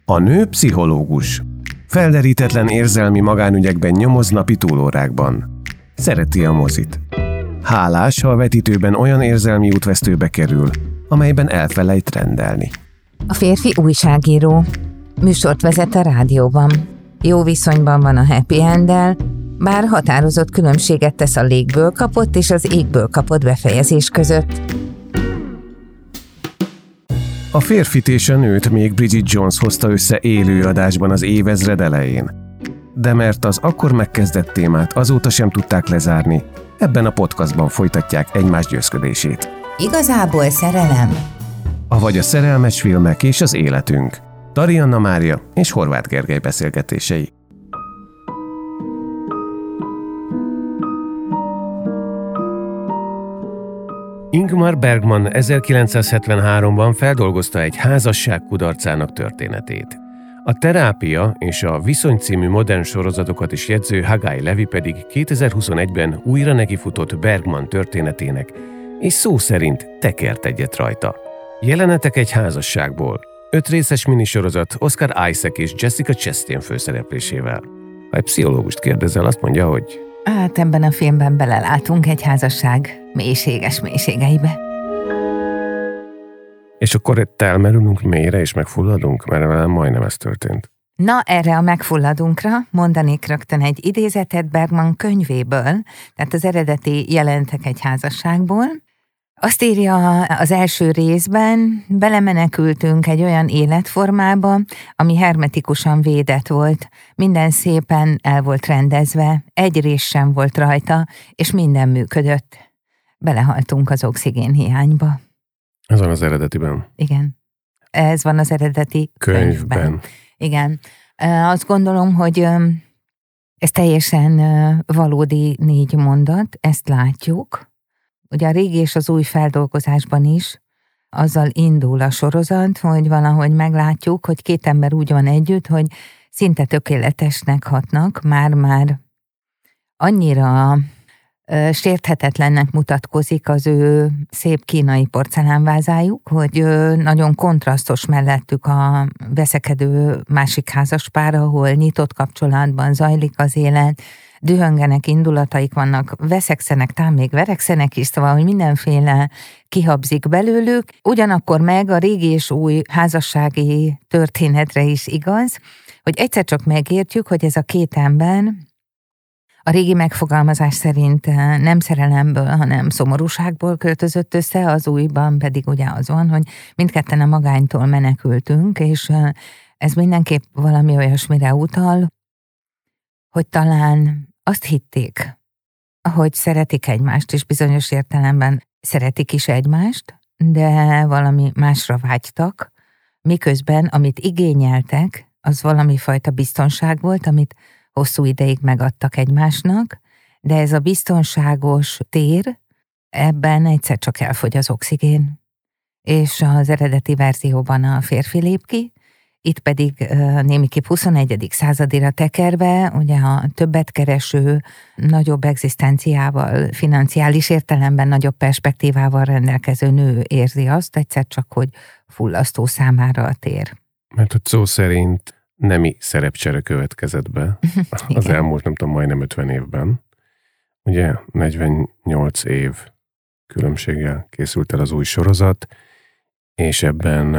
A nő pszichológus. Felderítetlen érzelmi magánügyekben nyomoz napi túlórákban. Szereti a mozit. Hálás, ha a vetítőben olyan érzelmi útvesztőbe kerül, amelyben elfelejt rendelni. A férfi újságíró. Műsort vezet a rádióban. Jó viszonyban van a happy enddel, bár határozott különbséget tesz a légből kapott és az égből kapott befejezés között. A férfit és a nőt még Bridget Jones hozta össze élő adásban az évezred elején. De mert az akkor megkezdett témát azóta sem tudták lezárni, ebben a podcastban folytatják egymás győzködését. Igazából szerelem? Avagy a szerelmes filmek és az életünk. Tarianna Mária és Horváth Gergely beszélgetései. Ingmar Bergman 1973-ban feldolgozta egy házasság kudarcának történetét. A Terápia és a Viszony című modern sorozatokat is jegyző Hagai Levi pedig 2021-ben újra nekifutott Bergman történetének, és szó szerint tekert egyet rajta. Jelenetek egy házasságból. 5 részes minisorozat Oscar Isaac és Jessica Chastain főszereplésével. Ha egy pszichológust kérdezel, azt mondja, hogy... Hát ebben a filmben belelátunk egy házasság mélységes mélységeibe. És akkor itt elmerülünk mélyre és megfulladunk, mert velem majdnem ez történt. Na, erre a megfulladunkra mondanék rögtön egy idézetet Bergman könyvéből, tehát az eredeti Jelenetek egy házasságból. Azt írja az első részben, belemenekültünk egy olyan életformába, ami hermetikusan védett volt. Minden szépen el volt rendezve, egy rés sem volt rajta, és minden működött. Belehaltunk az oxigén hiányba. Ez van az eredetiben. Igen. Ez van az eredeti könyvben. Igen. Azt gondolom, hogy ez teljesen valódi 4 mondat, ezt látjuk. Ugye a régi és az új feldolgozásban is azzal indul a sorozat, hogy valahogy meglátjuk, hogy 2 ember úgy van együtt, hogy szinte tökéletesnek hatnak, már annyira sérthetetlennek mutatkozik az ő szép kínai porcelánvázájuk, hogy nagyon kontrasztos mellettük a veszekedő másik házaspár, ahol nyitott kapcsolatban zajlik az élet, dühöngenek, indulataik vannak, veszekszenek, talán még verekszenek is, szóval, hogy mindenféle kihabzik belőlük. Ugyanakkor meg a régi és új házassági történetre is igaz, hogy egyszer csak megértjük, hogy ez a 2 ember a régi megfogalmazás szerint nem szerelemből, hanem szomorúságból költözött össze, az újban pedig ugye az van, hogy mindketten a magánytól menekültünk, és ez mindenképp valami olyasmire utal, hogy talán azt hitték, hogy szeretik egymást, és bizonyos értelemben szeretik is egymást, de valami másra vágytak, miközben amit igényeltek, az valami fajta biztonság volt, amit hosszú ideig megadtak egymásnak, de ez a biztonságos tér, ebben egyszer csak elfogy az oxigén. És az eredeti verzióban a férfi lép ki, itt pedig némiképp 21. századira tekerve, ugye a többet kereső, nagyobb egzisztenciával, financiális értelemben nagyobb perspektívával rendelkező nő érzi azt, egyszer csak, hogy fullasztó számára a tér. Mert hogy szó szerint nemi szerepcsere következett be az elmúlt, nem tudom, majdnem 50 évben. Ugye 48 év különbséggel készült el az új sorozat, és ebben,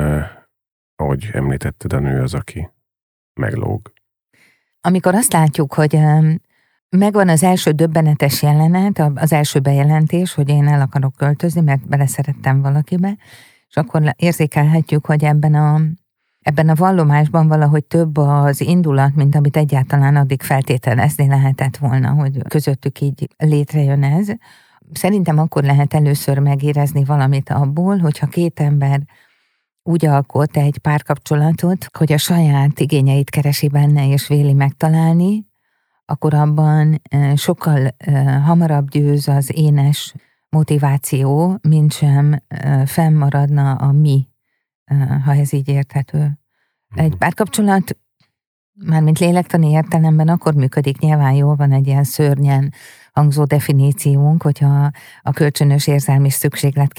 ahogy említetted, a nő az, aki meglóg. Amikor azt látjuk, hogy megvan az első döbbenetes jelenet, az első bejelentés, hogy én el akarok költözni, mert beleszerettem valakibe, és akkor érzékelhetjük, hogy ebben a vallomásban valahogy több az indulat, mint amit egyáltalán addig feltételezni lehetett volna, hogy közöttük így létrejön ez. Szerintem akkor lehet először megérezni valamit abból, hogyha 2 ember úgy alkot egy párkapcsolatot, hogy a saját igényeit keresi benne és véli megtalálni, akkor abban sokkal hamarabb győz az énes motiváció, mint sem fennmaradna a mi, ha ez így érthető. Egy párkapcsolat, mármint lélektani értelemben akkor működik, nyilván jól van egy ilyen szörnyen hangzó definíciónk, hogyha a kölcsönös érzelmi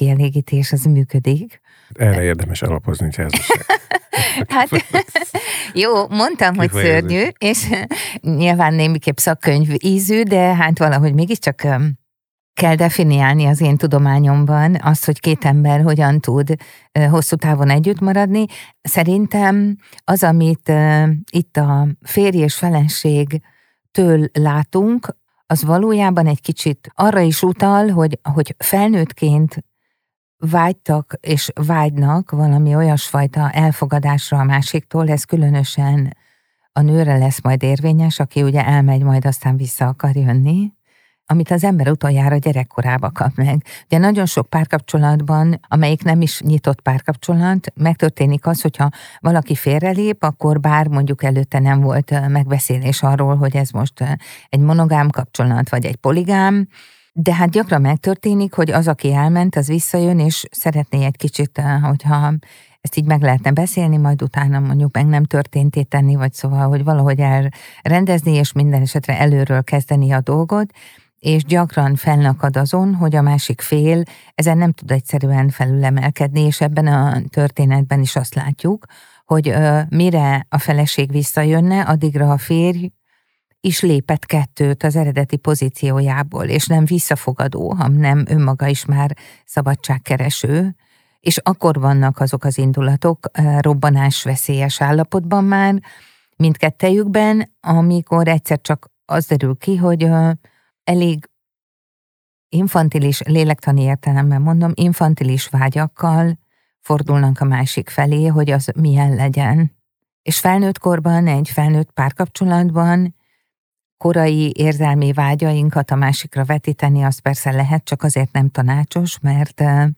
szükségletkielégítés az működik. Erre érdemes alapozni, hogy ez Hát Jó, mondtam, hogy szörnyű, és nyilván némiképp szakkönyv ízű, de hát valahogy mégiscsak kell definiálni az én tudományomban azt, hogy két ember hogyan tud hosszú távon együtt maradni. Szerintem az, amit itt a férj és feleségtől látunk, az valójában egy kicsit arra is utal, hogy felnőttként vágytak és vágynak valami olyasfajta elfogadásra a másiktól, ez különösen a nőre lesz majd érvényes, aki ugye elmegy, majd aztán vissza akar jönni, amit az ember utoljára gyerekkorába kap meg. Ugye nagyon sok párkapcsolatban, amelyik nem is nyitott párkapcsolat, megtörténik az, hogyha valaki félrelép, akkor bár mondjuk előtte nem volt megbeszélés arról, hogy ez most egy monogám kapcsolat, vagy egy poligám, de hát gyakran megtörténik, hogy az, aki elment, az visszajön, és szeretné egy kicsit, hogyha ezt így meg lehetne beszélni, majd utána mondjuk meg nem történté tenni, vagy szóval, hogy valahogy elrendezni, és minden esetre előről kezdeni a dolgot, és gyakran felnakad azon, hogy a másik fél ezen nem tud egyszerűen felülemelkedni, és ebben a történetben is azt látjuk, hogy mire a feleség visszajönne, addigra a férj is lépett kettőt az eredeti pozíciójából, és nem visszafogadó, hanem önmaga is már szabadságkereső, és akkor vannak azok az indulatok robbanásveszélyes állapotban már mindkettejükben, amikor egyszer csak az derül ki, hogy elég infantilis, lélektani értelemben mondom, infantilis vágyakkal fordulnak a másik felé, hogy az milyen legyen. És felnőtt korban, egy felnőtt párkapcsolatban korai érzelmi vágyainkat a másikra vetíteni, az persze lehet, csak azért nem tanácsos, mert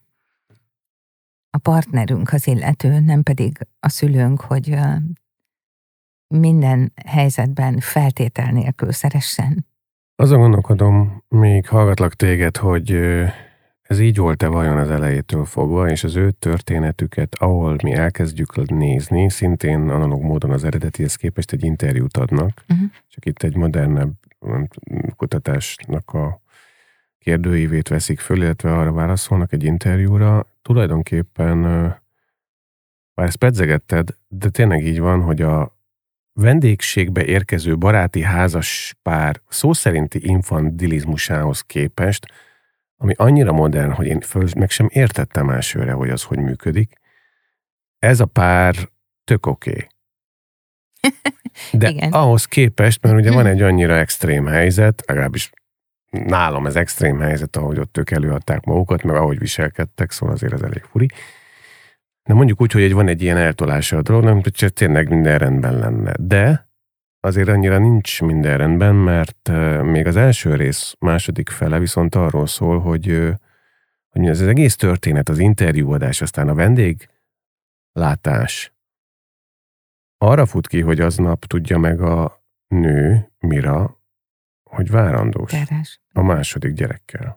a partnerünk az illető, nem pedig a szülőnk, hogy minden helyzetben feltétel nélkül szeressen. Azon gondolkodom, még hallgatlak téged, hogy ez így volt-e vajon az elejétől fogva, és az ő történetüket, ahol mi elkezdjük nézni, szintén analóg módon az eredetihez képest egy interjút adnak, csak itt egy modernebb kutatásnak a kérdőívét veszik föl, illetve arra válaszolnak egy interjúra. Tulajdonképpen, bár ezt pedzegetted, de tényleg így van, hogy a vendégségbe érkező baráti házas pár szó szerinti infantilizmusához képest, ami annyira modern, hogy én meg sem értettem elsőre, hogy az hogy működik, ez a pár tök oké. De igen. Ahhoz képest, mert ugye van egy annyira extrém helyzet, legalábbis nálam ez extrém helyzet, ahogy ott ők előadták magukat, meg ahogy viselkedtek, szóval azért ez elég furi. De mondjuk úgy, hogy van egy ilyen eltolása a dolognak, mint hogy tényleg minden rendben lenne. De azért annyira nincs minden rendben, mert még az első rész második fele viszont arról szól, hogy ez az egész történet, az interjúadás, aztán a vendéglátás arra fut ki, hogy aznap tudja meg a nő, Mira, hogy várandós Terás. A második gyerekkel.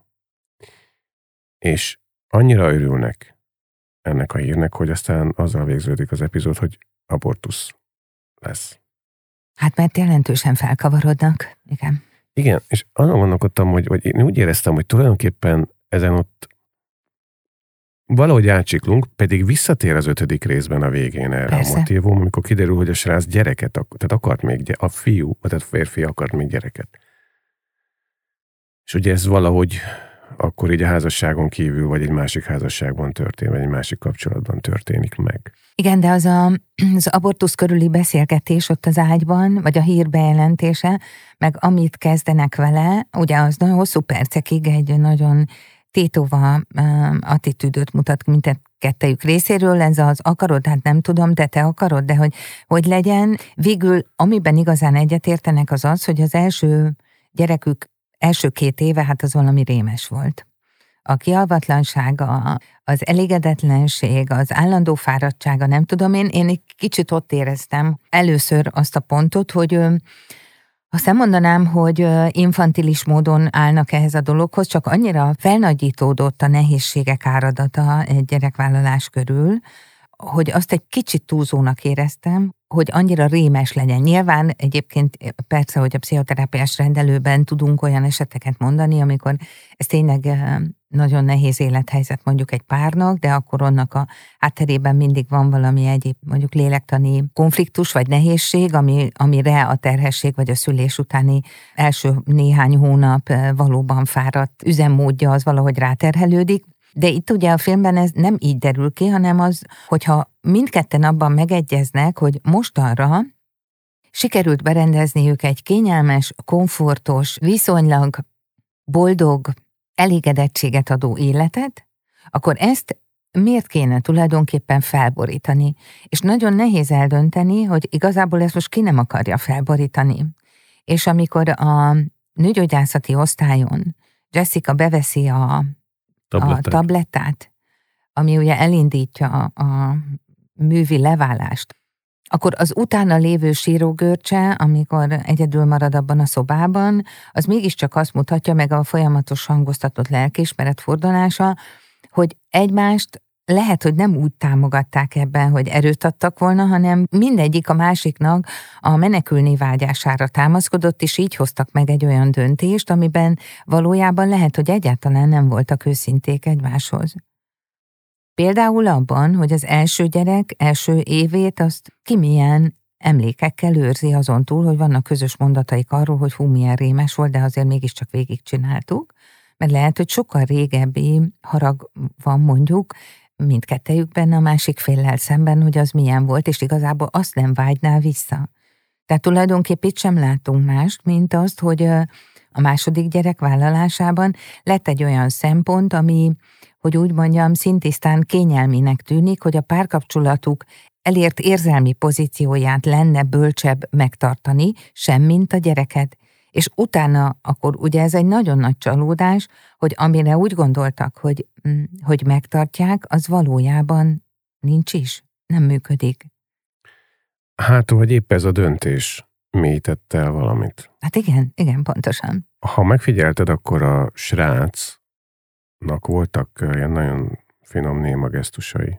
És annyira örülnek ennek a hírnek, hogy aztán azzal végződik az epizód, hogy abortusz lesz. Hát mert jelentősen felkavarodnak, igen. Igen, és azon gondolkodtam, hogy én úgy éreztem, hogy tulajdonképpen ezen ott valahogy átsiklunk, pedig visszatér az 5. részben a végén erre persze. A motívum, amikor kiderül, hogy a srác gyereket, tehát akart még, a fiú, tehát a férfi akart még gyereket. És ugye ez valahogy akkor így a házasságon kívül, vagy egy másik házasságban történik, vagy egy másik kapcsolatban történik meg. Igen, de az abortusz körüli beszélgetés ott az ágyban, vagy a hír bejelentése, meg amit kezdenek vele, ugye az nagyon hosszú percekig egy nagyon tétova attitűdöt mutat mindkettejük részéről, ez az akarod, hát nem tudom, de te akarod, de hogy legyen. Végül, amiben igazán egyetértenek az az, hogy az első gyerekük első 2 éve, hát az valami rémes volt. A kialvatlansága, az elégedetlenség, az állandó fáradtsága, nem tudom, én egy kicsit ott éreztem először azt a pontot, hogy azt nem mondanám, hogy infantilis módon állnak ehhez a dologhoz, csak annyira felnagyítódott a nehézségek áradata egy gyerekvállalás körül, hogy azt egy kicsit túlzónak éreztem, hogy annyira rémes legyen. Nyilván egyébként persze, hogy a pszichoterápiás rendelőben tudunk olyan eseteket mondani, amikor ez tényleg nagyon nehéz élethelyzet mondjuk egy párnak, de akkor annak a hátterében mindig van valami egyéb, mondjuk lélektani konfliktus vagy nehézség, amire a terhesség vagy a szülés utáni első néhány hónap valóban fáradt üzemmódja az valahogy ráterhelődik. De itt ugye a filmben ez nem így derül ki, hanem az, hogyha mindketten abban megegyeznek, hogy mostanra sikerült berendezniük egy kényelmes, komfortos, viszonylag boldog, elégedettséget adó életet, akkor ezt miért kéne tulajdonképpen felborítani? És nagyon nehéz eldönteni, hogy igazából ezt most ki nem akarja felborítani. És amikor a nőgyógyászati osztályon Jessica beveszi a tablettát, ami ugye elindítja a művi leválást, akkor az utána lévő sírógörcse, amikor egyedül marad abban a szobában, az mégiscsak azt mutatja, meg a folyamatos hangoztatott lelkiismeret fordulása, hogy egymást lehet, hogy nem úgy támogatták ebben, hogy erőt adtak volna, hanem mindegyik a másiknak a menekülni vágyására támaszkodott, és így hoztak meg egy olyan döntést, amiben valójában lehet, hogy egyáltalán nem voltak őszinték egymáshoz. Például abban, hogy az első gyerek első évét azt ki milyen emlékekkel őrzi azon túl, hogy vannak közös mondataik arról, hogy hú, milyen rémes volt, de azért mégiscsak végigcsináltuk, mert lehet, hogy sokkal régebbi harag van mondjuk mindkettejükben a másik féllel szemben, hogy az milyen volt, és igazából azt nem vágyná vissza. Tehát tulajdonképp itt sem látunk mást, mint azt, hogy a második gyerek vállalásában lett egy olyan szempont, ami, hogy úgy mondjam, szintisztán kényelminek tűnik, hogy a párkapcsolatuk elért érzelmi pozícióját lenne bölcsebb megtartani, semmint a gyereket. És utána akkor ugye ez egy nagyon nagy csalódás, hogy amire úgy gondoltak, hogy megtartják, az valójában nincs is, nem működik. Hát, vagy épp ez a döntés mélyítette el valamit. Hát igen, pontosan. Ha megfigyelted, akkor a srácnak voltak ilyen nagyon finom néma gesztusai.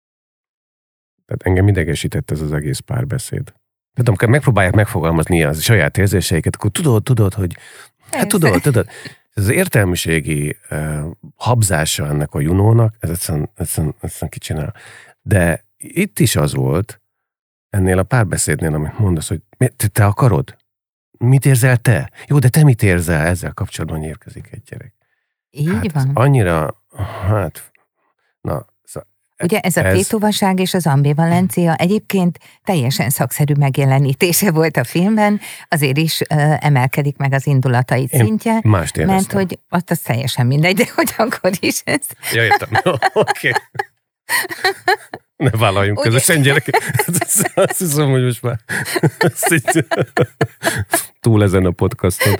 Tehát engem idegesített ez az egész párbeszéd. Tehát amikor megpróbálják megfogalmazni a saját érzéseiket, akkor tudod, hogy... Hát tudod. Ez az értelmiségi habzása ennek a Junónak, ez egyszerűen kicsinál. De itt is az volt, ennél a párbeszédnél, amit mondasz, hogy te akarod? Mit érzel te? Jó, de te mit érzel? Ezzel kapcsolatban érkezik egy gyerek. Így van. Annyira, ugye ez a tétovaság és az ambivalencia egyébként teljesen szakszerű megjelenítése volt a filmben, azért is emelkedik meg az indulatait szintje, mert hogy az teljesen mindegy, de hogy akkor is ez. Ja, értem. Oké. Ne vállaljunk közösen, gyerekek. Azt hiszem, hogy most már túl ezen a podcaston.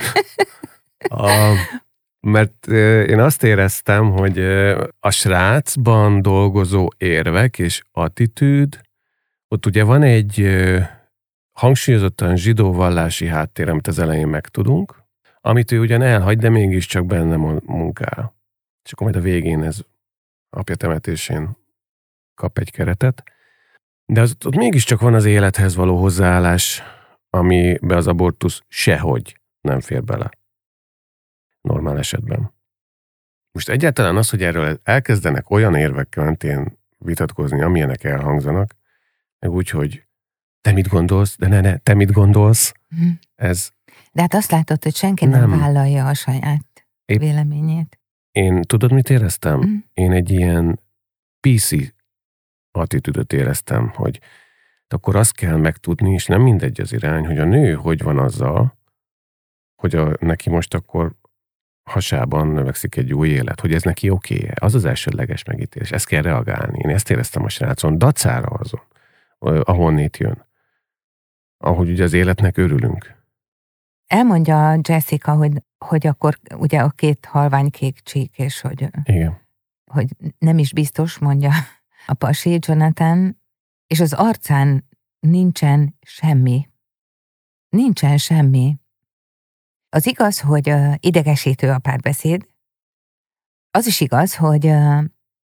Mert én azt éreztem, hogy a srácban dolgozó érvek és attitűd, ott ugye van egy hangsúlyozottan zsidó vallási háttér, amit az elején megtudunk, amit ő ugyan elhagy, de mégiscsak benne munkál. És akkor majd a végén ez apja temetésén kap egy keretet. De ott mégiscsak van az élethez való hozzáállás, amibe az abortusz sehogy nem fér bele. Normál esetben. Most egyáltalán az, hogy erről elkezdenek olyan érvek mentén vitatkozni, amilyenek elhangzanak, meg úgy, hogy te mit gondolsz, de ne, te mit gondolsz, ez... De hát azt látod, hogy senki nem vállalja a saját véleményét. Én tudod, mit éreztem? Én egy ilyen PC attitűdöt éreztem, hogy akkor azt kell megtudni, és nem mindegy az irány, hogy a nő hogy van azzal, hogy neki most akkor hasában növekszik egy új élet, hogy ez neki oké-e. Az az elsődleges megítélés. Ezt kell reagálni. Én ezt éreztem a srácon, dacára azon, ahonnét jön. Ahogy ugye az életnek örülünk. Elmondja Jessica, hogy akkor ugye a két halványkék csík, és hogy nem is biztos, mondja a pasi Jonathan, és az arcán nincsen semmi. Nincsen semmi. Az igaz, hogy idegesítő a párbeszéd. Az is igaz, hogy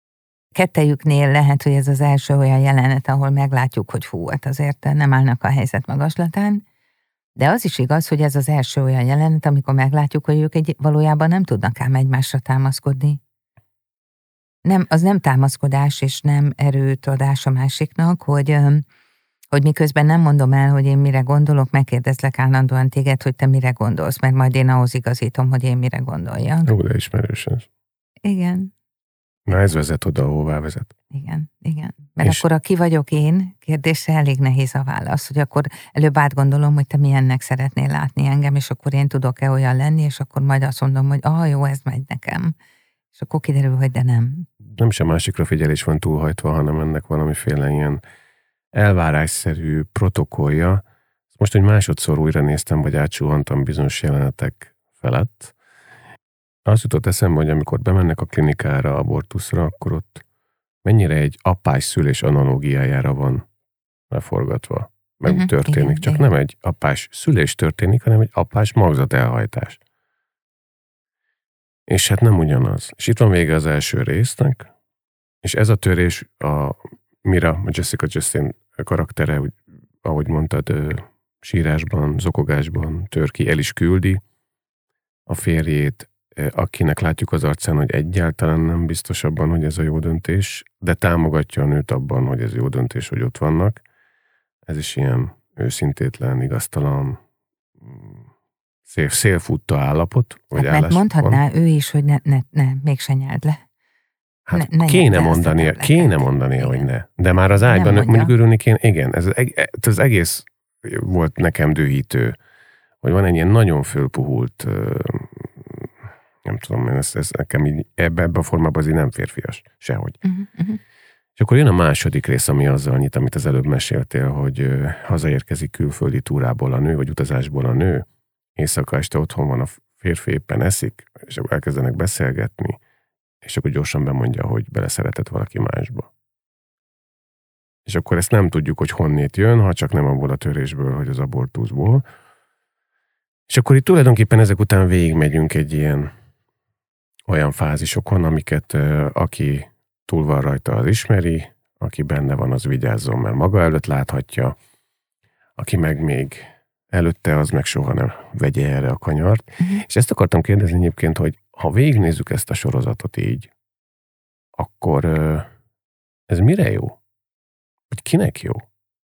kettejüknél lehet, hogy ez az első olyan jelenet, ahol meglátjuk, hogy hú, hát azért nem állnak a helyzet magaslatán, de az is igaz, hogy ez az első olyan jelenet, amikor meglátjuk, hogy ők valójában nem tudnak ám egymásra támaszkodni. Nem, az nem támaszkodás és nem erőt adás a másiknak, hogy miközben nem mondom el, hogy én mire gondolok, megkérdezlek állandóan téged, hogy te mire gondolsz, mert majd én ahhoz igazítom, hogy én mire gondoljak. Jó, de ismerős ez. Igen. Na ez vezet oda, ahová vezet. Igen. Mert akkor a ki vagyok én kérdésre elég nehéz a válasz, hogy akkor előbb átgondolom, hogy te milyennek szeretnél látni engem, és akkor én tudok-e olyan lenni, és akkor majd azt mondom, hogy jó, ez megy nekem. És akkor kiderül, hogy de nem. Nem sem másikra figyelés van túlhajtva, hanem ennek valamiféle ilyen elvárásszerű protokollja. Most, hogy másodszor újra néztem, vagy átsuhantam bizonyos jelenetek felett, azt jutott eszembe, hogy amikor bemennek a klinikára, abortuszra, akkor ott mennyire egy apás szülés analógiájára van leforgatva, meg történik. Igen, csak igen. Nem egy apás szülés történik, hanem egy apás magzat elhajtás. És hát nem ugyanaz. És itt van vége az első résznek, és ez a törés a Mira, a Jessica Chastain karaktere, ahogy mondtad, sírásban, zokogásban tör ki, el is küldi a férjét, akinek látjuk az arcán, hogy egyáltalán nem biztos abban, hogy ez a jó döntés, de támogatja a nőt abban, hogy ez jó döntés, hogy ott vannak. Ez is ilyen őszintétlen, igaztalan, szélfutta állapot, vagy hát mert mondhatná ő is, hogy ne, mégse nyeld le. Hát kéne mondania, hogy ne. De már az ágyban mondjuk örülni kéne, igen, ez az egész volt nekem dühítő, hogy van egy ilyen nagyon fölpuhult, nem tudom, ez nekem így ebbe a formában azért nem férfias, sehogy. És akkor jön a második rész, ami azzal nyit, amit az előbb meséltél, hogy hazaérkezik külföldi túrából a nő, vagy utazásból a nő, éjszaka este otthon van a férfi, éppen eszik, és akkor elkezdenek beszélgetni, és akkor gyorsan bemondja, hogy beleszeretett valaki másba. És akkor ezt nem tudjuk, hogy honnét jön, ha csak nem abból a törésből, hogy az abortuszból. És akkor itt tulajdonképpen ezek után végigmegyünk egy ilyen olyan fázisokon, amiket aki túl van rajta, az ismeri, aki benne van, az vigyázzon, mert maga előtt láthatja, aki meg még előtte, az meg soha nem vegye erre a kanyart. És ezt akartam kérdezni egyébként, hogy ha végignézzük ezt a sorozatot így, akkor ez mire jó? Hogy kinek jó?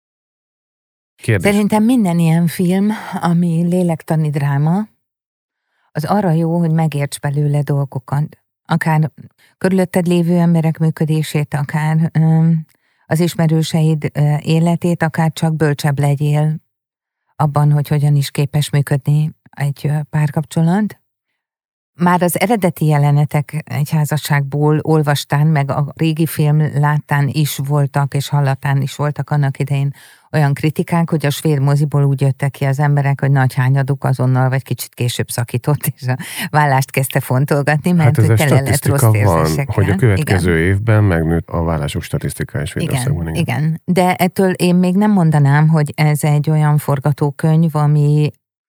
Kérdés. Szerintem minden ilyen film, ami lélektani dráma, az arra jó, hogy megérts belőle dolgokat. Akár körülötted lévő emberek működését, akár az ismerőseid életét, akár csak bölcsebb legyél abban, hogy hogyan is képes működni egy párkapcsolat. Már az eredeti jelenetek egy házasságból olvastán, meg a régi film láttán is voltak, és hallatán is voltak annak idején olyan kritikák, hogy a svéd moziból úgy jöttek ki az emberek, hogy nagy hányaduk azonnal, vagy kicsit később szakított, és a vállást kezdte fontolgatni, mert hát hogy tele lett rossz érzésekkel. Hogy a következő évben megnőtt a vállások statisztikája Svédországban. Igen, de ettől én még nem mondanám, hogy ez egy olyan forgatókönyv, ami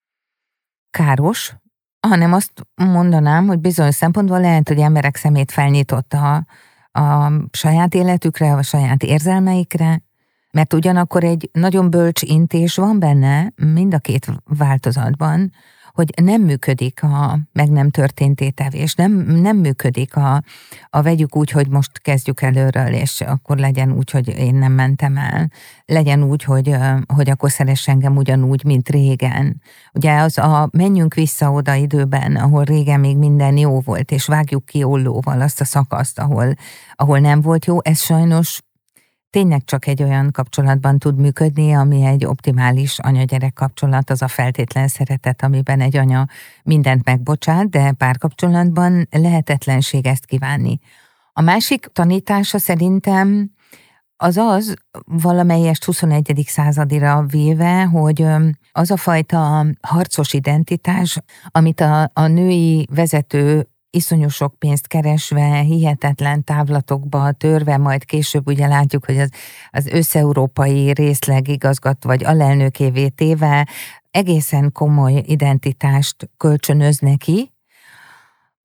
káros, hanem azt mondanám, hogy bizonyos szempontból lehet, hogy emberek szemét felnyitotta a saját életükre, a saját érzelmeikre, mert ugyanakkor egy nagyon bölcs intés van benne, mind a két változatban, hogy nem működik a meg nem történt étevés, nem működik a vegyük úgy, hogy most kezdjük előről, és akkor legyen úgy, hogy én nem mentem el. Legyen úgy, hogy akkor szeress engem ugyanúgy, mint régen. Ugye az a menjünk vissza oda időben, ahol régen még minden jó volt, és vágjuk ki ollóval azt a szakaszt, ahol nem volt jó, ez sajnos tényleg csak egy olyan kapcsolatban tud működni, ami egy optimális anya-gyerek kapcsolat, az a feltétlen szeretet, amiben egy anya mindent megbocsát, de párkapcsolatban lehetetlenség ezt kívánni. A másik tanítása szerintem az valamelyest 21. századira véve, hogy az a fajta harcos identitás, amit a női vezető iszonyú sok pénzt keresve, hihetetlen távlatokba törve, majd később ugye látjuk, hogy az összeurópai részleg igazgató vagy alelnökévé téve egészen komoly identitást kölcsönöz neki,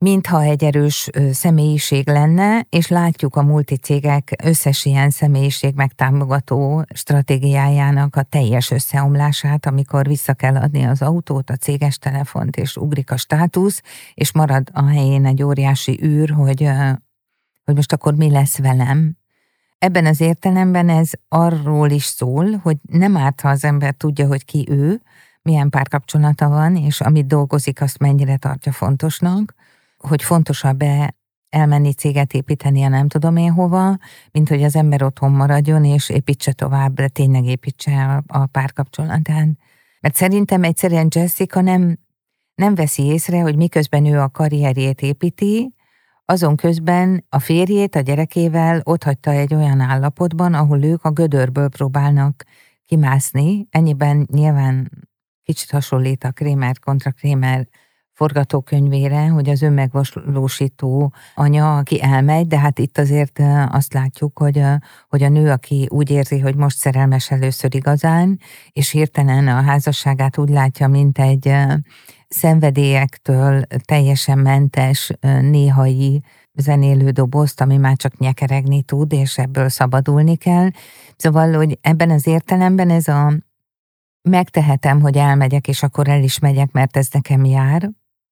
mintha egy erős személyiség lenne, és látjuk a multicégek összes ilyen személyiség megtámogató stratégiájának a teljes összeomlását, amikor vissza kell adni az autót, a céges telefont, és ugrik a státusz, és marad a helyén egy óriási űr, hogy most akkor mi lesz velem. Ebben az értelemben ez arról is szól, hogy nem árt, ha az ember tudja, hogy ki ő, milyen párkapcsolata van, és amit dolgozik, azt mennyire tartja fontosnak, hogy fontosabb-e elmenni céget építeni, nem tudom én hova, mint hogy az ember otthon maradjon, és építse tovább, de tényleg építse a párkapcsolatát. Mert szerintem egyszerűen Jessica nem veszi észre, hogy miközben ő a karrierjét építi, azon közben a férjét a gyerekével otthagyta egy olyan állapotban, ahol ők a gödörből próbálnak kimászni. Ennyiben nyilván kicsit hasonlít a Kramer kontra Kramer forgatókönyvére, hogy az önmegvalósító anya, aki elmegy, de hát itt azért azt látjuk, hogy a nő, aki úgy érzi, hogy most szerelmes először igazán, és hirtelen a házasságát úgy látja, mint egy szenvedélyektől teljesen mentes, néhai zenélő dobozt, ami már csak nyekeregni tud, és ebből szabadulni kell. Szóval, hogy ebben az értelemben ez a megtehetem, hogy elmegyek, és akkor el is megyek, mert ez nekem jár.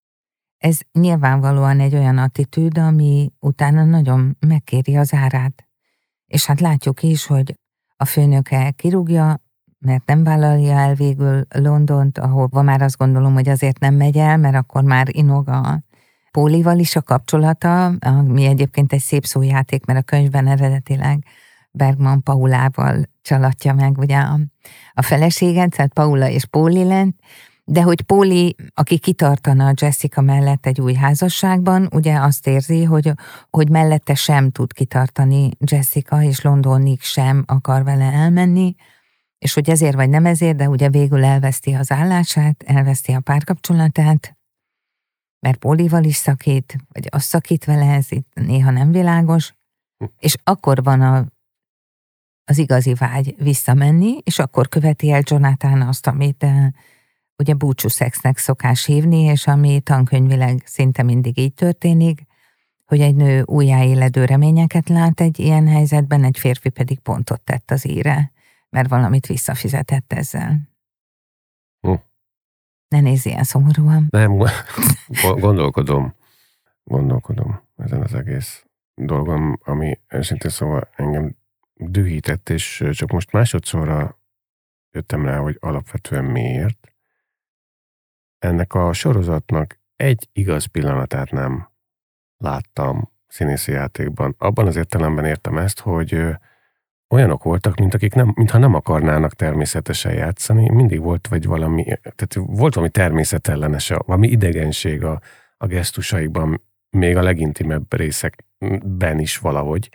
Ez nyilvánvalóan egy olyan attitűd, ami utána nagyon megkéri az árát. És hát látjuk is, hogy a főnöke kirúgja, mert nem vállalja el végül Londont, ahova már azt gondolom, hogy azért nem megy el, mert akkor már inog a Paulival is a kapcsolata, ami egyébként egy szép szójáték, mert a könyvben eredetileg Bergman Paulával csalatja meg ugye a feleséget, tehát Paula és Pauli lent, de hogy Pauli, aki kitartana Jessica mellett egy új házasságban, ugye azt érzi, hogy mellette sem tud kitartani Jessica, és Londonig sem akar vele elmenni, és hogy ezért vagy nem ezért, de ugye végül elveszti az állását, elveszti a párkapcsolatát, mert Paulival is szakít, vagy az szakít vele, ez itt néha nem világos, és akkor van az igazi vágy visszamenni, és akkor követi el Jonathan azt, amit ugye búcsúszexnek szokás hívni, és ami tankönyvileg szinte mindig így történik, hogy egy nő újjáéledő reményeket lát egy ilyen helyzetben, egy férfi pedig pontot tett az íre, mert valamit visszafizetett ezzel. Ne nézz ilyen szomorúan. Nem, gondolkodom ezen az egész dolgon, ami őszintén szóval engem dühített, és csak most másodszorra jöttem rá, hogy alapvetően miért. Ennek a sorozatnak egy igaz pillanatát nem láttam színészi játékban. Abban az értelemben értem ezt, hogy olyanok voltak, mintha nem akarnának természetesen játszani. Mindig volt tehát volt valami természetellenes, valami idegenség a gesztusaikban, még a legintimebb részekben is valahogy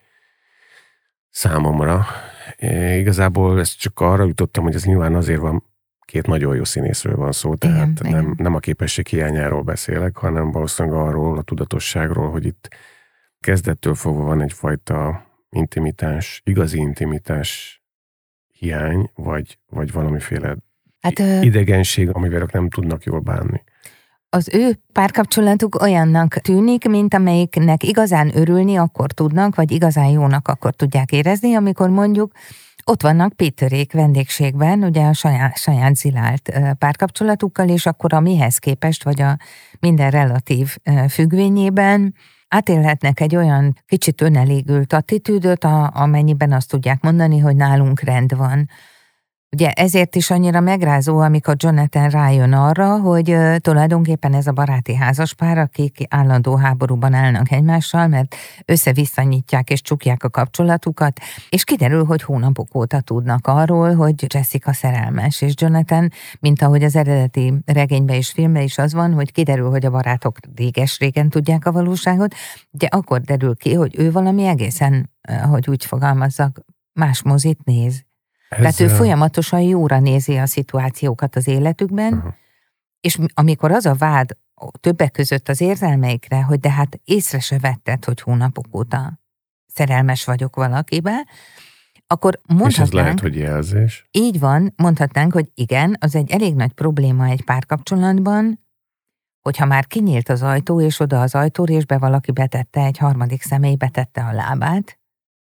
számomra. Igazából ezt csak arra jutottam, hogy ez nyilván azért van, két nagyon jó színészről van szó, tehát nem a képesség hiányáról beszélek, hanem valószínűleg arról, a tudatosságról, hogy itt kezdettől fogva van egyfajta intimitás, igazi intimitás hiány, vagy valamiféle idegenség, amivel ők nem tudnak jól bánni. Az ő párkapcsolatuk olyannak tűnik, mint amelyiknek igazán örülni akkor tudnak, vagy igazán jónak akkor tudják érezni, amikor mondjuk ott vannak Péterék vendégségben, ugye a saját zilált párkapcsolatukkal, és akkor a mihez képest, vagy a minden relatív függvényében átélhetnek egy olyan kicsit önelégült attitűdöt, amennyiben azt tudják mondani, hogy nálunk rend van. Ugye ezért is annyira megrázó, amikor Jonathan rájön arra, hogy tulajdonképpen ez a baráti házaspár, akik állandó háborúban állnak egymással, mert össze-visszanyitják és csukják a kapcsolatukat, és kiderül, hogy hónapok óta tudnak arról, hogy Jessica szerelmes, és Jonathan, mint ahogy az eredeti regényben és filmben is az van, hogy kiderül, hogy a barátok réges-régen tudják a valóságot, de akkor derül ki, hogy ő valami egészen, hogy úgy fogalmazzak, más mozit néz. Tehát ő folyamatosan jóra nézi a szituációkat az életükben, és amikor az a vád többek között az érzelmeikre, hogy de hát észre se vetted, hogy hónapok óta szerelmes vagyok valakibe, akkor mondhatnánk... És ez lehet, hogy jelzés. Így van, mondhatnánk, hogy igen, az egy elég nagy probléma egy párkapcsolatban, hogyha már kinyílt az ajtó, és oda az ajtórésbe valaki betette, egy harmadik személy betette a lábát,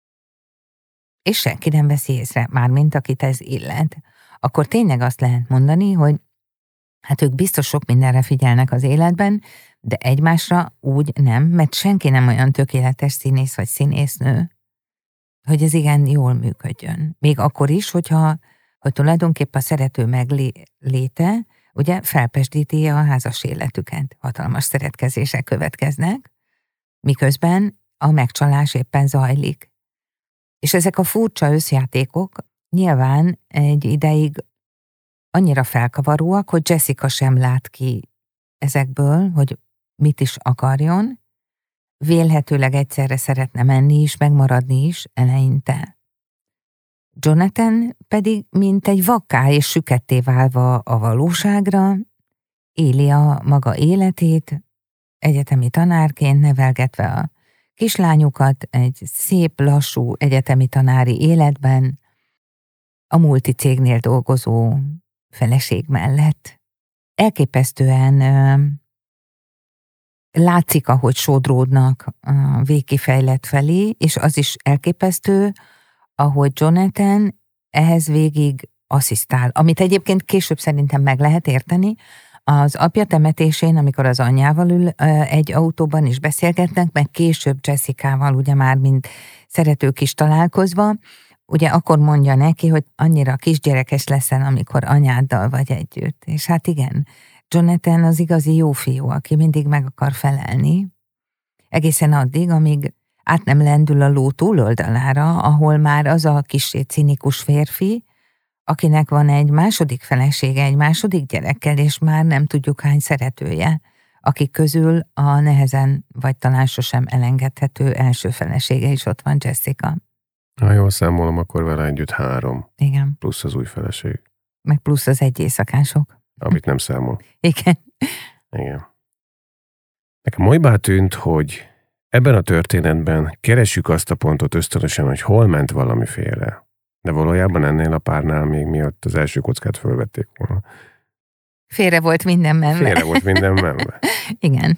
és senki nem veszi észre, mármint akit ez illet, akkor tényleg azt lehet mondani, hogy hát ők biztos sok mindenre figyelnek az életben, de egymásra úgy nem, mert senki nem olyan tökéletes színész vagy színésznő, hogy ez igen jól működjön. Még akkor is, hogy tulajdonképpen a szerető megléte ugye felpesdíti a házas életüket, hatalmas szeretkezések következnek, miközben a megcsalás éppen zajlik. És ezek a furcsa összjátékok nyilván egy ideig annyira felkavaróak, hogy Jessica sem lát ki ezekből, hogy mit is akarjon, vélhetőleg egyszerre szeretne menni is, megmaradni is eleinte. Jonathan pedig, mint egy vakká és süketté válva a valóságra, éli a maga életét, egyetemi tanárként nevelgetve a kislányukat egy szép, lassú egyetemi tanári életben, a multicégnél dolgozó feleség mellett. Elképesztően látszik, ahogy sodródnak a végkifejlet felé, és az is elképesztő, ahogy Jonathan ehhez végig asszisztál, amit egyébként később szerintem meg lehet érteni. Az apja temetésén, amikor az anyjával ül egy autóban is beszélgetnek, meg később Jessicával, ugye már mint szeretők is találkozva, ugye akkor mondja neki, hogy annyira kisgyerekes leszel, amikor anyáddal vagy együtt. És hát igen, Jonathan az igazi jó fiú, aki mindig meg akar felelni, egészen addig, amíg át nem lendül a ló túloldalára, ahol már az a kissé cinikus férfi, akinek van egy második felesége, egy második gyerekkel, és már nem tudjuk hány szeretője, akik közül a nehezen vagy talán sosem elengedhető első felesége is ott van, Jessica. Ha jól számolom, akkor vele együtt 3. Igen. Plusz az új feleség. Meg plusz az egy éjszakások. Amit nem számol. Igen. Igen. Nekem olybá tűnt, hogy ebben a történetben keressük azt a pontot ösztönösen, hogy hol ment valamiféle. De valójában ennél a párnál még miatt az első kockát fölvették volna. Félre volt minden menve. Igen.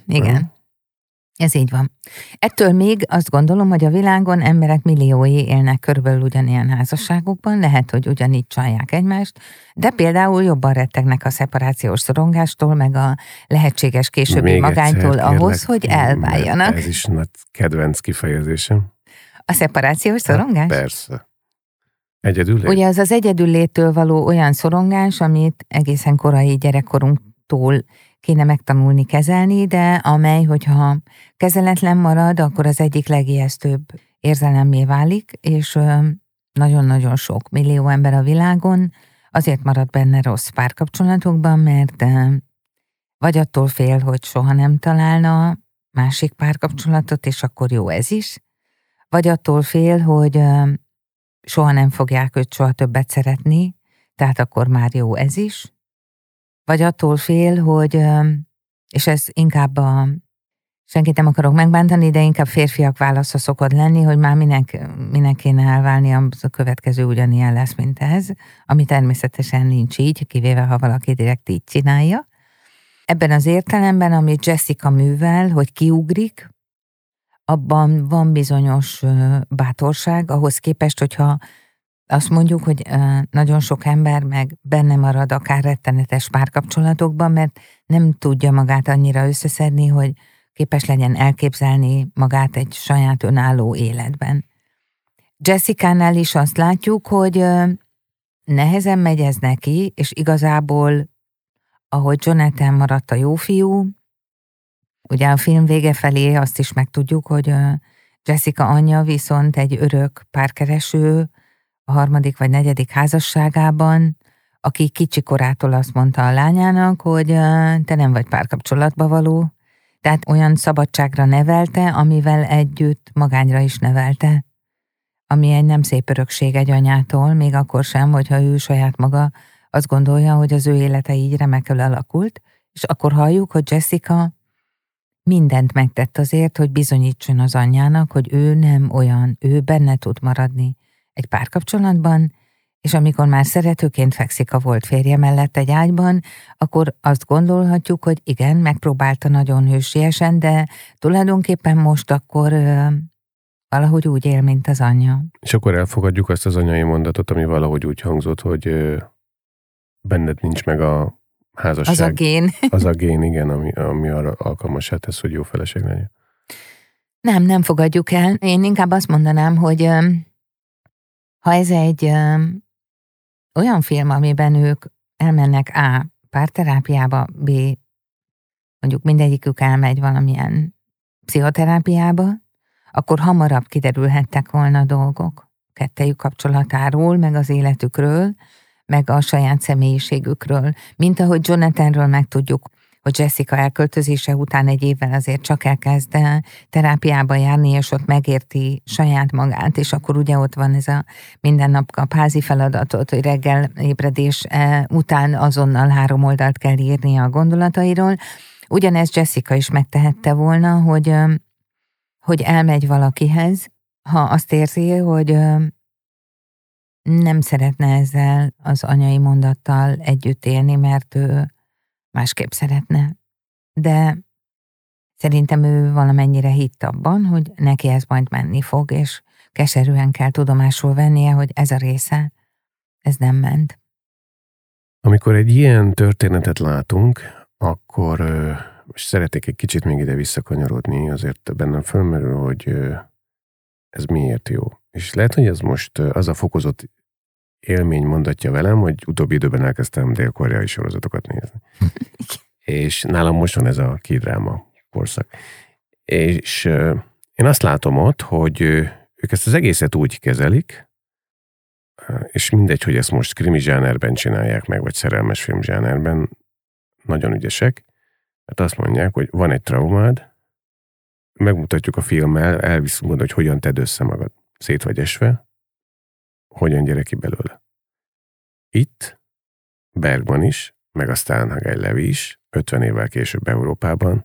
Ez így van. Ettől még azt gondolom, hogy a világon emberek milliói élnek körülbelül ugyanilyen házasságokban, lehet, hogy ugyanígy csalják egymást, de például jobban rettegnek a szeparációs szorongástól, meg a lehetséges későbbi még magánytól ahhoz, hogy elváljanak. Ez is nagy kedvenc kifejezésem. A szeparációs szorongás? Persze. Egyedüllét? Ugye az egyedülléttől való olyan szorongás, amit egészen korai gyerekkorunktól kéne megtanulni kezelni, de amely, hogyha kezeletlen marad, akkor az egyik legijesztőbb érzelemmé válik, és nagyon-nagyon sok millió ember a világon azért marad benne rossz párkapcsolatokban, mert vagy attól fél, hogy soha nem találna másik párkapcsolatot, és akkor jó ez is, vagy attól fél, hogy soha nem fogják őt soha többet szeretni, tehát akkor már jó ez is, vagy attól fél, hogy, és ez inkább senkit nem akarok megbántani, de inkább férfiak válasza szokott lenni, hogy már minek kéne elválni, a következő ugyanilyen lesz, mint ez, ami természetesen nincs így, kivéve ha valaki direkt így csinálja. Ebben az értelemben, amit Jessica művel, hogy kiugrik, abban van bizonyos bátorság, ahhoz képest, hogyha azt mondjuk, hogy nagyon sok ember meg benne marad akár rettenetes párkapcsolatokban, mert nem tudja magát annyira összeszedni, hogy képes legyen elképzelni magát egy saját önálló életben. Jessicánál is azt látjuk, hogy nehezen megy ez neki, és igazából, ahogy Jonathan maradt a jó fiú, ugye a film vége felé azt is megtudjuk, hogy Jessica anyja viszont egy örök párkereső a 3. vagy 4. házasságában, aki kicsi korától azt mondta a lányának, hogy te nem vagy párkapcsolatba való, tehát olyan szabadságra nevelte, amivel együtt magányra is nevelte, ami egy nem szép örökség egy anyától, még akkor sem, hogyha ő saját maga azt gondolja, hogy az ő élete így remekül alakult, és akkor halljuk, hogy Jessica mindent megtett azért, hogy bizonyítson az anyjának, hogy ő nem olyan, ő benne tud maradni egy párkapcsolatban, és amikor már szeretőként fekszik a volt férje mellett egy ágyban, akkor azt gondolhatjuk, hogy igen, megpróbálta nagyon hősiesen, de tulajdonképpen most akkor valahogy úgy él, mint az anyja. És akkor elfogadjuk azt az anyai mondatot, ami valahogy úgy hangzott, hogy benned nincs meg a házasság. Az a gén. Az a gén, igen, ami arra alkalmassá tesz, hogy jó feleség legyen. Nem fogadjuk el. Én inkább azt mondanám, hogy ha ez egy olyan film, amiben ők elmennek A. párterápiába, B. mondjuk mindegyikük elmegy valamilyen pszichoterápiába, akkor hamarabb kiderülhettek volna dolgok kettejük kapcsolatáról, meg az életükről, meg a saját személyiségükről. Mint ahogy Jonathanről megtudjuk, hogy Jessica elköltözése után egy évvel azért csak elkezd terápiába járni, és ott megérti saját magát, és akkor ugye ott van ez a minden nap kap házi feladatot, hogy reggel ébredés után azonnal 3 oldalt kell írnia a gondolatairól. Ugyanezt Jessica is megtehette volna, hogy elmegy valakihez, ha azt érzi, hogy nem szeretne ezzel az anyai mondattal együtt élni, mert ő másképp szeretne. De szerintem ő valamennyire hitt abban, hogy neki ez majd menni fog, és keserűen kell tudomásul vennie, hogy ez a része, ez nem ment. Amikor egy ilyen történetet látunk, akkor szeretnék egy kicsit még ide visszakanyarodni, azért bennem fölmerül, hogy ez miért jó. És lehet, hogy ez most az a fokozott élmény mondatja velem, hogy utóbbi időben elkezdtem dél-koreai sorozatokat nézni. És nálam most van ez a kidráma korszak. És én azt látom ott, hogy ők ezt az egészet úgy kezelik, és mindegy, hogy ezt most krimi zsánerben csinálják meg, vagy szerelmes film zsánerben, nagyon ügyesek, mert azt mondják, hogy van egy traumád, megmutatjuk a filmmel, elviszünk oda, hogy hogyan tedd össze magad. Szét vagy esve, hogyan gyere ki belőle. Itt Bergman is, meg aztán Hagai Levi is, 50 évvel később Európában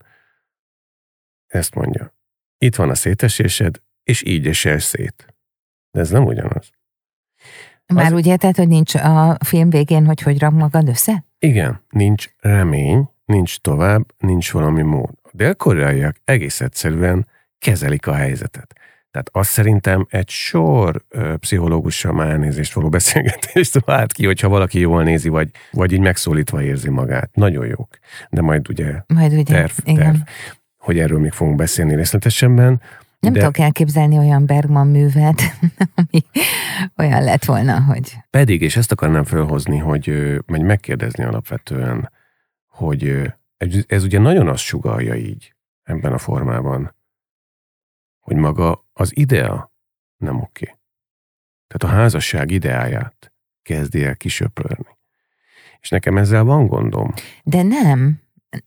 ezt mondja. Itt van a szétesésed, és így esel szét. De ez nem ugyanaz. Már úgy érted, hogy nincs a film végén, hogy rak magad össze? Igen, nincs remény, nincs tovább, nincs valami mód. A dél-koreaiak egész egyszerűen kezelik a helyzetet. Tehát azt szerintem egy sor pszichológussal már elnézést való beszélgetést vált ki, hogyha valaki jól nézi, vagy így megszólítva érzi magát. Nagyon jók. De majd ugye terv, hogy erről még fogunk beszélni részletesebben. Nem tudok elképzelni olyan Bergman művet, ami olyan lett volna, hogy... Pedig, és ezt akarnám felhozni, hogy megkérdezni alapvetően, hogy ez ugye nagyon azt sugallja így ebben a formában, hogy maga az idea nem oké. Tehát a házasság ideáját kezdi el kisöprölni. És nekem ezzel van gondom. De nem.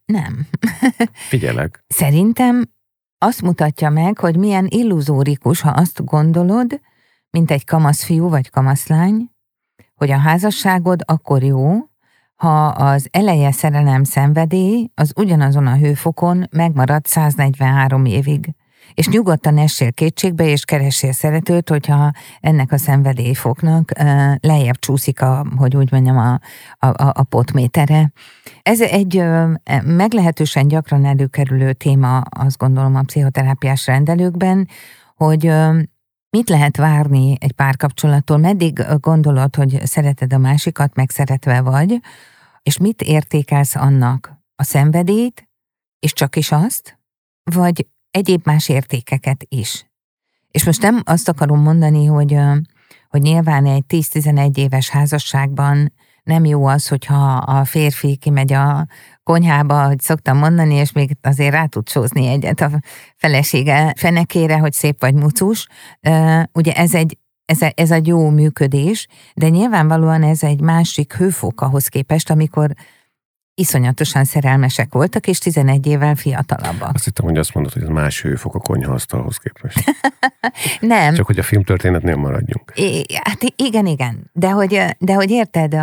Figyelek. Szerintem azt mutatja meg, hogy milyen illuzórikus, ha azt gondolod, mint egy kamaszfiú vagy kamaszlány, hogy a házasságod akkor jó, ha az eleje szerelem szenvedély az ugyanazon a hőfokon megmarad 143 évig. És nyugodtan essél kétségbe, és keressél szeretőt, hogyha ennek a szenvedélyfoknak lejjebb csúszik hogy úgy mondjam, a potmétere. Ez egy meglehetősen gyakran előkerülő téma, azt gondolom, a pszichoterápiás rendelőkben, hogy mit lehet várni egy párkapcsolattól, meddig gondolod, hogy szereted a másikat, meg szeretve vagy, és mit értékelsz annak? A szenvedélyt, és csak is azt, vagy egyéb más értékeket is. És most nem azt akarom mondani, hogy nyilván egy 10-11 éves házasságban nem jó az, hogyha a férfi kimegy a konyhába, hogy szoktam mondani, és még azért rá tud sózni egyet a felesége fenekére, hogy szép vagy mucus. Ugye ez egy jó működés, de nyilvánvalóan ez egy másik hőfok ahhoz képest, amikor iszonyatosan szerelmesek voltak, és 11 évvel fiatalabbak. Azt hittem, hogy azt mondod, hogy ez más hőfok a konyhaasztalhoz képest. Nem. Csak hogy a filmtörténetnél maradjunk. Hát igen. De hogy érted,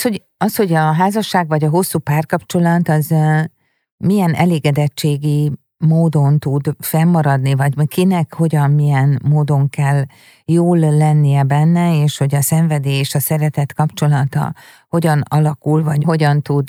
az, hogy a házasság vagy a hosszú párkapcsolat, az milyen elégedettségi módon tud fennmaradni, vagy kinek milyen módon kell jól lennie benne, és hogy a szenvedély és a szeretet kapcsolata hogyan alakul, vagy hogyan tud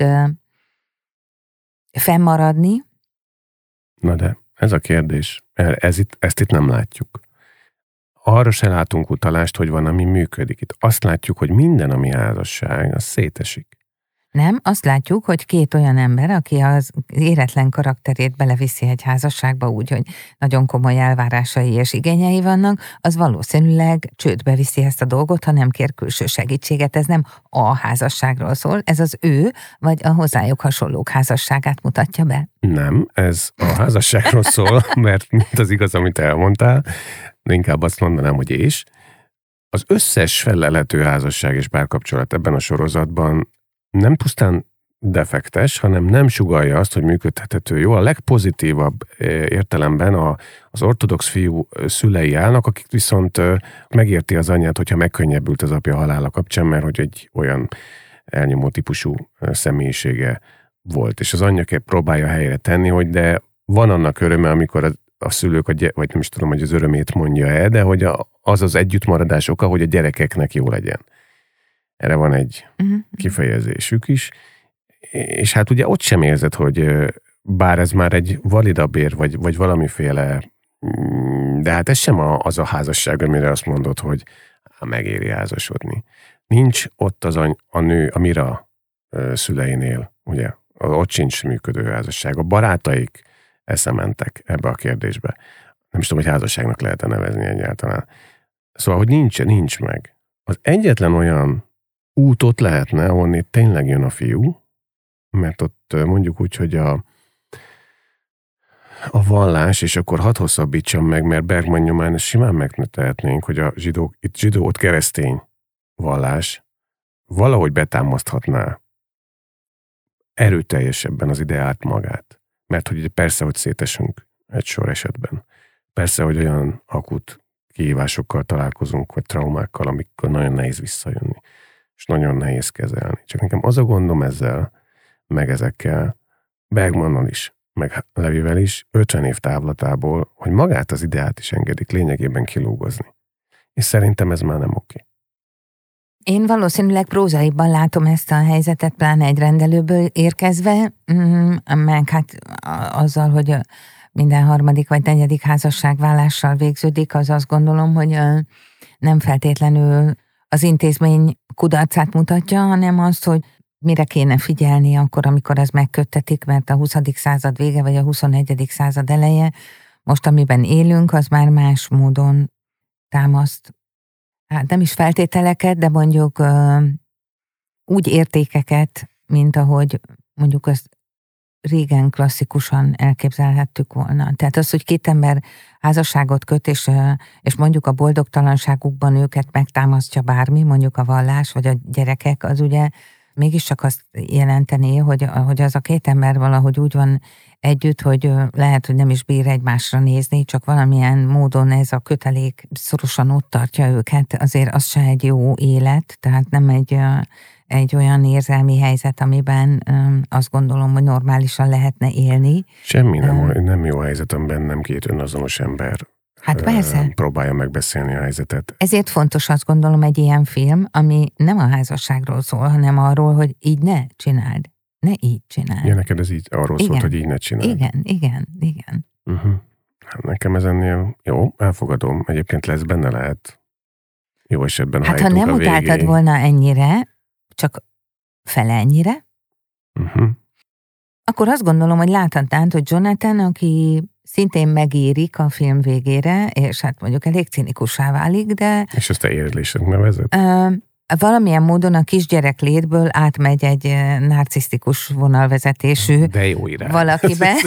fennmaradni. Na de ez a kérdés, ezt itt nem látjuk. Arra se látunk utalást, hogy van, ami működik. Itt azt látjuk, hogy minden, ami házasság, az szétesik. Nem, azt látjuk, hogy két olyan ember, aki az éretlen karakterét beleviszi egy házasságba úgy, hogy nagyon komoly elvárásai és igényei vannak, az valószínűleg csődbe viszi ezt a dolgot, ha nem kér külső segítséget. Ez nem a házasságról szól, ez az ő, vagy a hozzájuk hasonlók házasságát mutatja be. Nem, ez a házasságról szól, mert mint az igaz, amit elmondtál, de inkább azt mondanám, hogy és. Az összes felelhető házasság és párkapcsolat ebben a sorozatban nem pusztán defektes, hanem nem sugallja azt, hogy működhető jó. A legpozitívabb értelemben az ortodox fiú szülei állnak, akik viszont megérti az anyját, hogyha megkönnyebbült az apja halála kapcsán, mert hogy egy olyan elnyomó típusú személyisége volt. És az anyja próbálja helyre tenni, hogy de van annak öröme, amikor a szülők, vagy nem is tudom, hogy az örömét mondja el, de hogy az együttmaradás oka, hogy a gyerekeknek jó legyen. Erre van egy kifejezésük is. És hát ugye ott sem érzed, hogy bár ez már egy validabb ér, vagy valamiféle, de hát ez sem az a házasság, amire azt mondod, hogy megéri házasodni. Nincs ott a nő, a Mira szüleinél, ugye, ott sincs működő házasság. A barátaik eszementek ebbe a kérdésbe. Nem is tudom, hogy házasságnak lehet nevezni egyáltalán. Szóval, hogy nincs meg. Az egyetlen olyan útot lehetne, ahol tényleg jön a fiú, mert ott mondjuk úgy, hogy a vallás, és akkor hadd hosszabbítsam meg, mert Bergman nyomán ezt simán megtehetnénk, hogy a zsidó, ott keresztény vallás valahogy betámaszthatná erőteljesebben az ideált magát. Mert hogy persze, hogy szétesünk egy sor esetben. Persze, hogy olyan akut kihívásokkal találkozunk, vagy traumákkal, amikor nagyon nehéz visszajönni, és nagyon nehéz kezelni. Csak nekem az a gondom ezzel, meg ezekkel, Bergmannal is, meg Levivel is, 50 év távlatából, hogy magát az ideát is engedik lényegében kilógozni. És szerintem ez már nem oké. Én valószínűleg prózaiban látom ezt a helyzetet, pláne egy rendelőből érkezve, meg hát azzal, hogy minden harmadik vagy negyedik házasságvállással végződik, az azt gondolom, hogy nem feltétlenül az intézmény kudarcát mutatja, hanem azt, hogy mire kéne figyelni akkor, amikor ez megköttetik, mert a 20. század vége, vagy a 21. század eleje, most amiben élünk, az már más módon támaszt. Hát nem is feltételeket, de mondjuk úgy értékeket, mint ahogy mondjuk azt régen klasszikusan elképzelhettük volna. Tehát az, hogy két ember házasságot köt, és mondjuk a boldogtalanságukban őket megtámasztja bármi, mondjuk a vallás, vagy a gyerekek, az ugye mégiscsak azt jelenteni, hogy az a két ember valahogy úgy van együtt, hogy lehet, hogy nem is bír egymásra nézni, csak valamilyen módon ez a kötelék szorosan ott tartja őket, azért az se egy jó élet, tehát nem egy olyan érzelmi helyzet, amiben azt gondolom, hogy normálisan lehetne élni. Semmi nem jó helyzet, amiben nem két önazonos ember próbálja megbeszélni a helyzetet. Ezért fontos, azt gondolom, egy ilyen film, ami nem a házasságról szól, hanem arról, hogy így ne csináld. Ne így csináld. Ja, neked ez így arról szólt, hogy így ne csináld. Igen. Hát nekem ez ennél jó, elfogadom. Egyébként lehet. Jó esetben hát ha nem utáltad volna ennyire, csak fele ennyire, akkor azt gondolom, hogy láthatnád, hogy Jonathan, aki szintén megérik a film végére, és hát mondjuk elég cinikussá válik, de... És ezt te érzésnek nevezed? Valamilyen módon a kisgyerek létből átmegy egy narcisztikus vonalvezetésű de jó irány. Valakibe.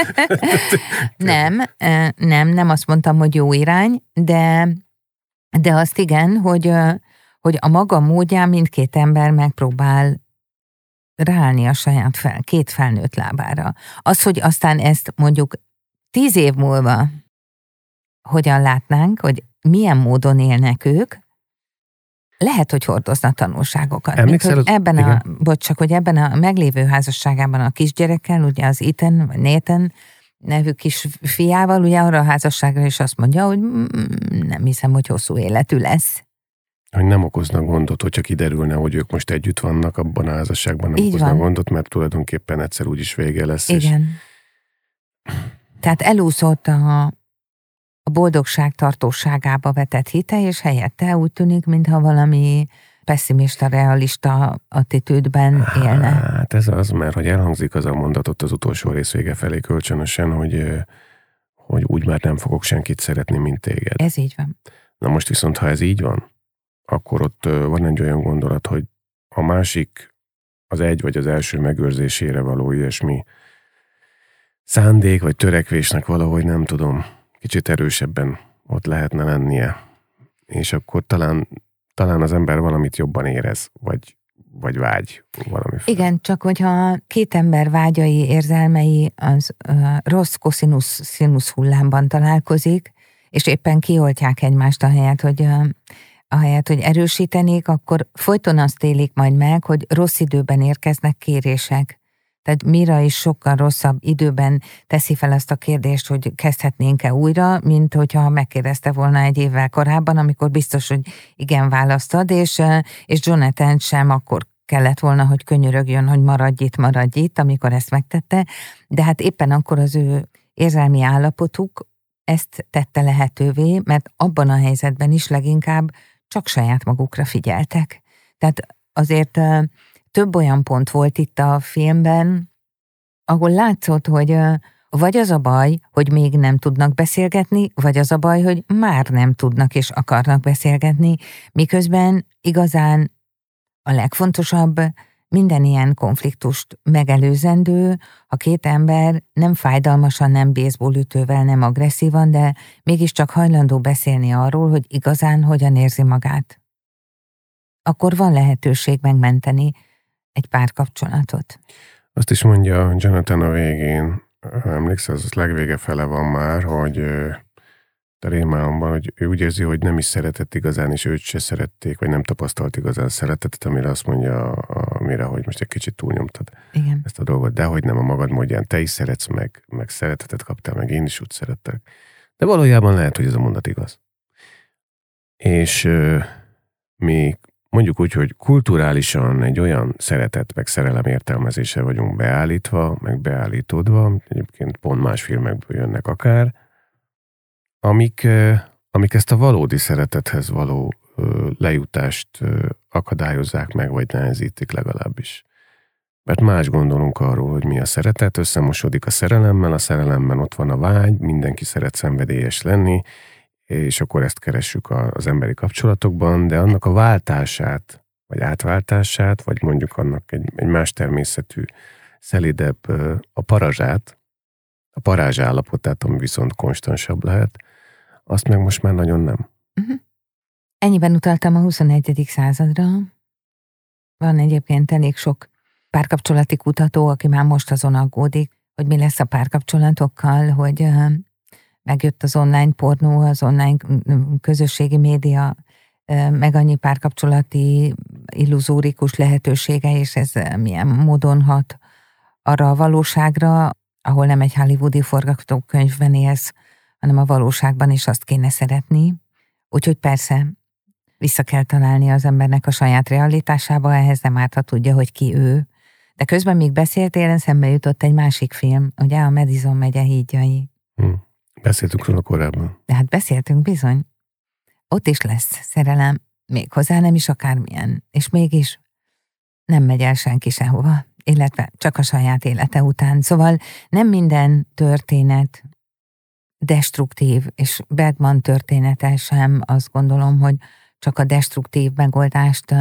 Nem azt mondtam, hogy jó irány, de azt igen, hogy a maga módján mindkét ember megpróbál ráállni a saját két felnőtt lábára. Az, hogy aztán ezt mondjuk 10 év múlva hogyan látnánk, hogy milyen módon élnek ők, lehet, hogy hordozna tanulságokat. Emlékszel, hogy ebben a meglévő házasságában a kisgyerekkel, ugye az Ethan, vagy Nathan nevű kis fiával, ugye arra a házasságra is azt mondja, hogy nem hiszem, hogy hosszú életű lesz. Hogy nem okoznak gondot, hogyha kiderülne, hogy ők most együtt vannak abban a házasságban, nem okoznak gondot, mert tulajdonképpen egyszer úgyis vége lesz. Igen. És... Tehát elúszott a boldogság tartóságába vetett hite, és helyette úgy tűnik, mintha valami pessimista, realista attitűdben élne. Hát ez az, mert hogy elhangzik az a mondatot az utolsó rész vége felé kölcsönösen, hogy úgy már nem fogok senkit szeretni, mint téged. Ez így van. Na most viszont, ha ez így van, akkor ott van egy olyan gondolat, hogy a másik az egy vagy az első megőrzésére való ilyesmi szándék vagy törekvésnek valahogy nem tudom, kicsit erősebben ott lehetne lennie. És akkor talán az ember valamit jobban érez, vagy vágy valami. Igen, csak hogyha két ember vágyai, érzelmei az rossz koszinusz hullámban találkozik, és éppen kioltják egymást ahelyett, hogy erősítenék, akkor folyton azt élik majd meg, hogy rossz időben érkeznek kérések. Tehát Mira is sokkal rosszabb időben teszi fel azt a kérdést, hogy kezdhetnénk-e újra, mint hogyha megkérdezte volna egy évvel korábban, amikor biztos, hogy igen választad, és Jonathan sem akkor kellett volna, hogy könyörögjön, hogy maradj itt, amikor ezt megtette, de hát éppen akkor az ő érzelmi állapotuk ezt tette lehetővé, mert abban a helyzetben is leginkább csak saját magukra figyeltek. Tehát azért több olyan pont volt itt a filmben, ahol látszott, hogy vagy az a baj, hogy még nem tudnak beszélgetni, vagy az a baj, hogy már nem tudnak és akarnak beszélgetni, miközben igazán a legfontosabb minden ilyen konfliktust megelőzendő, ha két ember nem fájdalmasan, nem baseballütővel, nem agresszívan, de mégiscsak hajlandó beszélni arról, hogy igazán hogyan érzi magát. Akkor van lehetőség megmenteni egy párkapcsolatot. Azt is mondja Jonathan a végén, emlékszel, az legvége fele van már, hogy a rémálomban, hogy ő úgy érzi, hogy nem is szeretett igazán, és őt se szerették, vagy nem tapasztalt igazán szeretetet, amire azt mondja Mira, hogy most egy kicsit túlnyomtad ezt a dolgot, de hogy nem a magad módján, te is szeretsz meg szeretetet kaptál, meg én is úgy szerettek. De valójában lehet, hogy ez a mondat igaz. És mi mondjuk úgy, hogy kulturálisan egy olyan szeretet, meg szerelem értelmezése vagyunk beállítva, meg beállítódva, egyébként pont más filmekből jönnek akár, amik ezt a valódi szeretethez való lejutást akadályozzák meg, vagy nehezítik legalábbis. Mert más gondolunk arról, hogy mi a szeretet, összemosodik a szerelemben ott van a vágy, mindenki szeret szenvedélyes lenni, és akkor ezt keressük az emberi kapcsolatokban, de annak a váltását, vagy átváltását, vagy mondjuk annak egy más természetű, szelidebb a parázs állapotát, ami viszont konstansabb lehet, azt meg most már nagyon nem. Ennyiben utaltam a 21. századra. Van egyébként elég sok párkapcsolati kutató, aki már most azon aggódik, hogy mi lesz a párkapcsolatokkal, hogy megjött az online pornó, az online közösségi média, meg annyi párkapcsolati illuzórikus lehetősége, és ez milyen módon hat arra a valóságra, ahol nem egy hollywoodi forgatókönyvben élsz, hanem a valóságban is azt kéne szeretni. Úgyhogy persze vissza kell találni az embernek a saját realitásába, ehhez nem árt, ha tudja, hogy ki ő. De közben még beszéltél, eszembe jutott egy másik film, ugye a Madison megye hídjai. Beszéltünk róla korábban. De hát beszéltünk bizony. Ott is lesz szerelem, méghozzá nem is akármilyen, és mégis nem megy el senki sehova, illetve csak a saját élete után. Szóval nem minden történet destruktív, és Bergman története sem azt gondolom, hogy csak a destruktív megoldást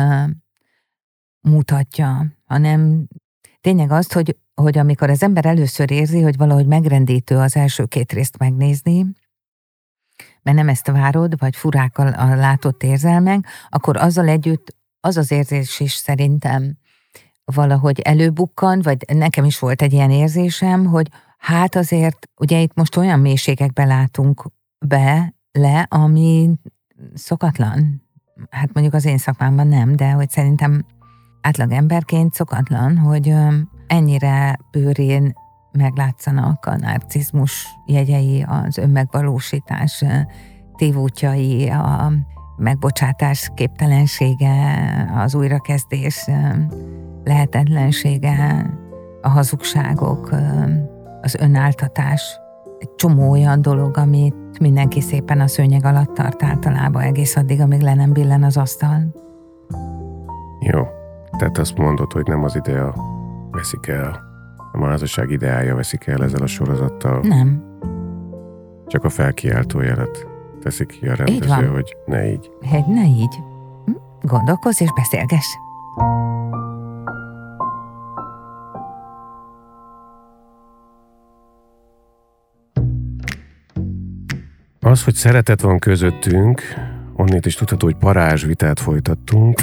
mutatja, hanem tényleg azt, hogy amikor az ember először érzi, hogy valahogy megrendítő az első 2 részt megnézni, mert nem ezt várod, vagy furák a látott érzelmek, akkor azzal együtt az az érzés is szerintem valahogy előbukkan, vagy nekem is volt egy ilyen érzésem, hogy hát azért, ugye itt most olyan mélységekbe látunk le, ami szokatlan. Hát mondjuk az én szakmámban nem, de hogy szerintem átlag emberként szokatlan, hogy ennyire bőrén meglátszanak a narcizmus jegyei, az önmegvalósítás tévútjai, a megbocsátás képtelensége, az újrakezdés lehetetlensége, a hazugságok, az önáltatás. Egy csomó olyan dolog, amit mindenki szépen a szőnyeg alatt tart általában egész addig, amíg le nem billen az asztal. Jó, tehát azt mondod, hogy nem az idea veszik el, nem a házasság ideája veszik el ezzel a sorozattal. Nem. Csak a felkiáltó jelet teszik ki a rendező, hogy ne így. Ne így. Gondolkozz és beszélgess. Az, hogy szeretet van közöttünk, onnét is tudható, hogy parázsvitát folytattunk.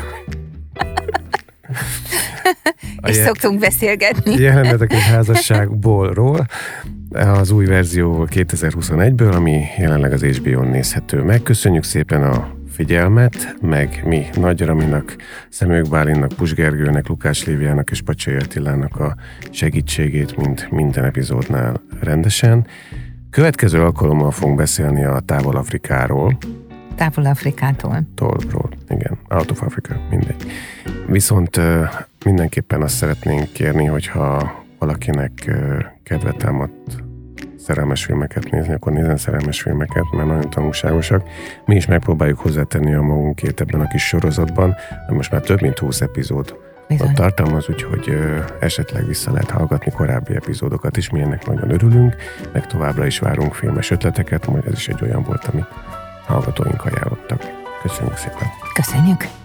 És szoktunk beszélgetni. Jelenetek egy házasságból, az új verzió 2021-ből, ami jelenleg az HBO-n nézhető meg. Köszönjük szépen a figyelmet, meg mi Nagy Raminak, Szemők Bálinnak, Pus Gergőnek, Lukács Líviának és Pacsai Attilának a segítségét, mint minden epizódnál rendesen. Következő alkalommal fogunk beszélni a Távol-Afrikáról. Távol-Afrikától. Igen. Out of Africa, mindegy. Viszont mindenképpen azt szeretnénk kérni, hogyha valakinek kedve támadt szerelmes filmeket nézni, akkor nézzen szerelmes filmeket, mert nagyon tanulságosak. Mi is megpróbáljuk hozzátenni a magunkét ebben a kis sorozatban, de most már több mint 20 epizód ott tartalmaz, úgyhogy esetleg vissza lehet hallgatni korábbi epizódokat is, mi ennek nagyon örülünk, meg továbbra is várunk filmes ötleteket, majd ez is egy olyan volt, amit hallgatóink ajánlottak. Köszönjük szépen! Köszönjük!